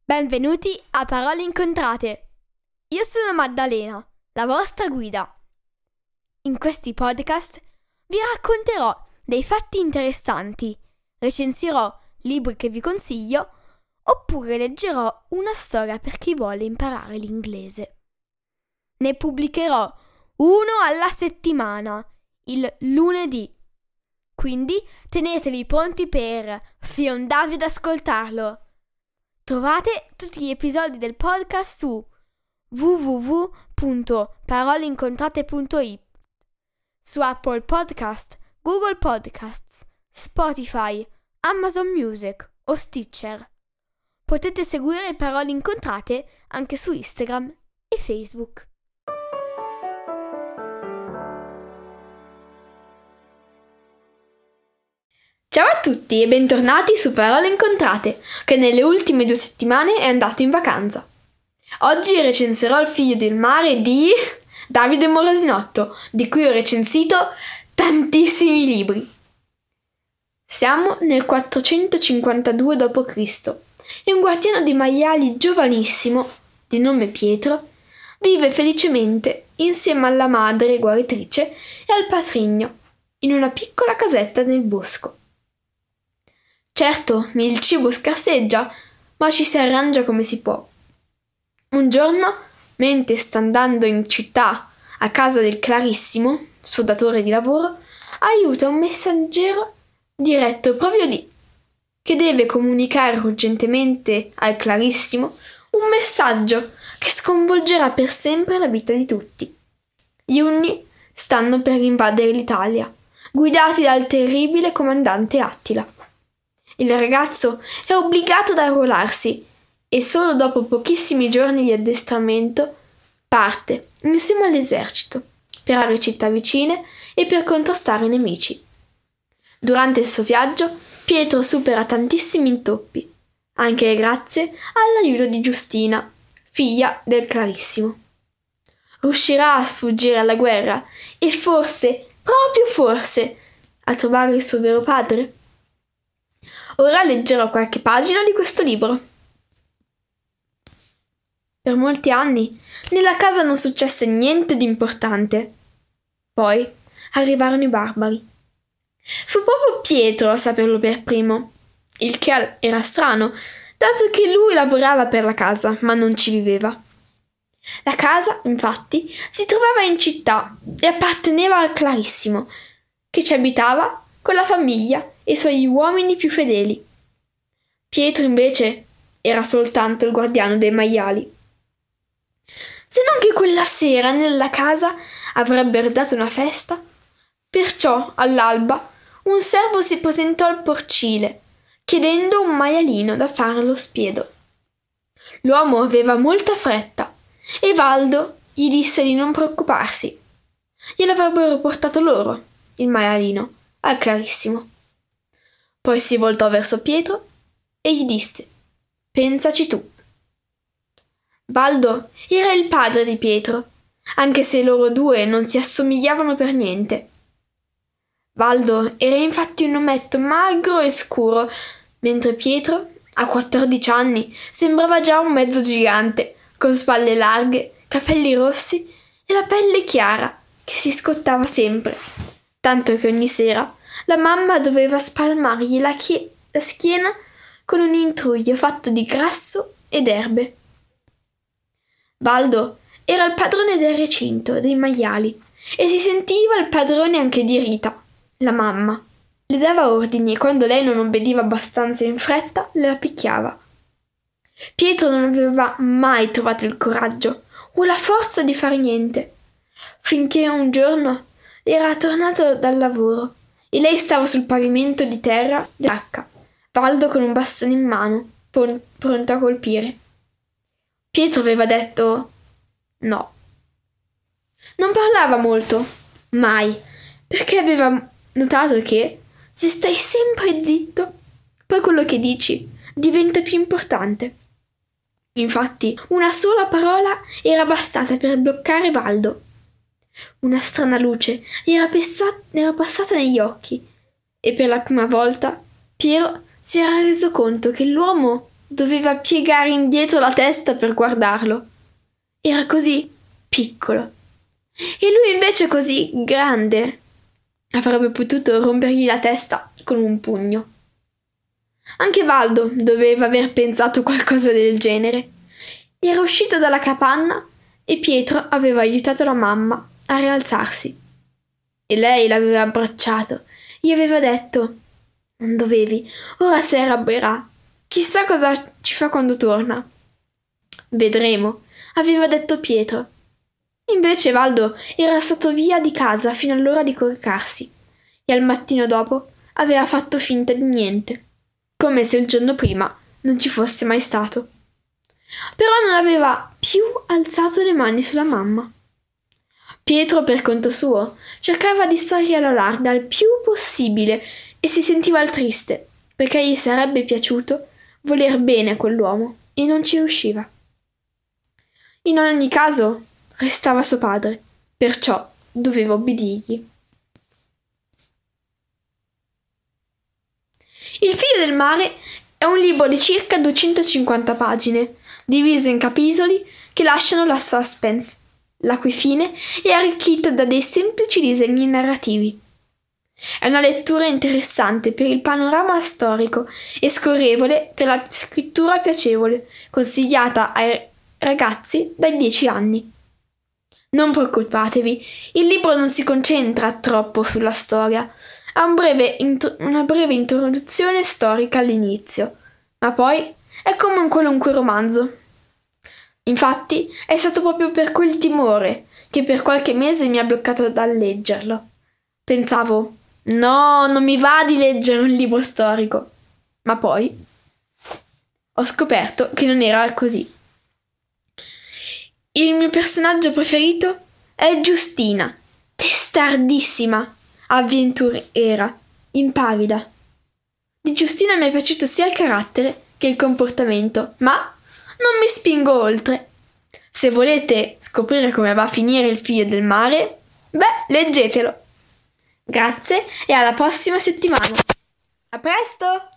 Benvenuti a Parole Incontrate. Io sono Maddalena, la vostra guida. In questi podcast vi racconterò dei fatti interessanti, recensirò libri che vi consiglio, oppure leggerò una storia per chi vuole imparare l'inglese. Ne pubblicherò uno alla settimana, il lunedì. Quindi tenetevi pronti per fiondarvi ad ascoltarlo. Trovate tutti gli episodi del podcast su www.paroleincontrate.it, su Apple Podcast, Google Podcasts, Spotify, Amazon Music o Stitcher. Potete seguire Parole Incontrate anche su Instagram e Facebook. Ciao a tutti e bentornati su Parole Incontrate, che nelle ultime 2 settimane è andato in vacanza. Oggi recensirò Il figlio del mare di Davide Morosinotto, di cui ho recensito tantissimi libri. Siamo nel 452 d.C. e un guardiano di maiali giovanissimo, di nome Pietro, vive felicemente insieme alla madre guaritrice e al patrigno, in una piccola casetta nel bosco. Certo, il cibo scarseggia, ma ci si arrangia come si può. Un giorno, mentre sta andando in città a casa del Clarissimo, suo datore di lavoro, aiuta un messaggero diretto proprio lì, che deve comunicare urgentemente al Clarissimo un messaggio che sconvolgerà per sempre la vita di tutti. Gli Unni stanno per invadere l'Italia, guidati dal terribile comandante Attila. Il ragazzo è obbligato ad arruolarsi e solo dopo pochissimi giorni di addestramento parte insieme all'esercito per le città vicine e per contrastare i nemici. Durante il suo viaggio Pietro supera tantissimi intoppi, anche grazie all'aiuto di Giustina, figlia del Clarissimo. Riuscirà a sfuggire alla guerra e forse, proprio forse, a trovare il suo vero padre? Ora leggerò qualche pagina di questo libro. Per molti anni nella casa non successe niente di importante. Poi arrivarono i barbari. Fu proprio Pietro a saperlo per primo, il che era strano, dato che lui lavorava per la casa, ma non ci viveva. La casa, infatti, si trovava in città e apparteneva al Clarissimo, che ci abitava con la famiglia e i suoi uomini più fedeli. Pietro invece era soltanto il guardiano dei maiali. Se non che quella sera nella casa avrebbero dato una festa, perciò all'alba un servo si presentò al porcile, chiedendo un maialino da fare allo spiedo. L'uomo aveva molta fretta e Valdo gli disse di non preoccuparsi. Gliel'avrebbero portato loro, il maialino, al Clarissimo. Poi si voltò verso Pietro e gli disse: «Pensaci tu». Valdo era il padre di Pietro, anche se loro due non si assomigliavano per niente. Valdo era infatti un ometto magro e scuro, mentre Pietro, a 14 anni, sembrava già un mezzo gigante, con spalle larghe, capelli rossi e la pelle chiara, che si scottava sempre, tanto che ogni sera la mamma doveva spalmargli la schiena con un intruglio fatto di grasso ed erbe. Valdo era il padrone del recinto dei maiali e si sentiva il padrone anche di Rita, la mamma. Le dava ordini e quando lei non obbediva abbastanza in fretta, la picchiava. Pietro non aveva mai trovato il coraggio o la forza di fare niente, finché un giorno era tornato dal lavoro e lei stava sul pavimento di terra dell'arca, Valdo con un bastone in mano, pronto a colpire. Pietro aveva detto no. Non parlava molto, mai, perché aveva notato che, se stai sempre zitto, poi quello che dici diventa più importante. Infatti, una sola parola era bastata per bloccare Valdo. Una strana luce gli era passata negli occhi e per la prima volta Piero si era reso conto che l'uomo doveva piegare indietro la testa per guardarlo. Era così piccolo. E lui invece così grande. Avrebbe potuto rompergli la testa con un pugno. Anche Valdo doveva aver pensato qualcosa del genere. Era uscito dalla capanna e Pietro aveva aiutato la mamma a rialzarsi. E lei l'aveva abbracciato. Gli aveva detto: non dovevi, ora si arrabbierà. Chissà cosa ci fa quando torna. Vedremo, aveva detto Pietro. Invece Valdo era stato via di casa fino all'ora di coricarsi e al mattino dopo aveva fatto finta di niente, come se il giorno prima non ci fosse mai stato. Però non aveva più alzato le mani sulla mamma. Pietro, per conto suo, cercava di stare alla larga il più possibile e si sentiva triste, perché gli sarebbe piaciuto voler bene a quell'uomo e non ci riusciva. In ogni caso, restava suo padre, perciò doveva obbedirgli. Il figlio del mare è un libro di circa 250 pagine, diviso in capitoli che lasciano la suspense, la cui fine è arricchita da dei semplici disegni narrativi. È una lettura interessante per il panorama storico e scorrevole per la scrittura piacevole, consigliata ai ragazzi dai 10 anni. Non preoccupatevi, il libro non si concentra troppo sulla storia, ha una breve introduzione storica all'inizio, ma poi è come un qualunque romanzo. Infatti è stato proprio per quel timore che per qualche mese mi ha bloccato dal leggerlo. Pensavo: no, non mi va di leggere un libro storico. Ma poi ho scoperto che non era così. Il mio personaggio preferito è Giustina, testardissima, avventuriera, impavida. Di Giustina mi è piaciuto sia il carattere che il comportamento, ma non mi spingo oltre. Se volete scoprire come va a finire il figlio del mare, leggetelo. Grazie e alla prossima settimana. A presto!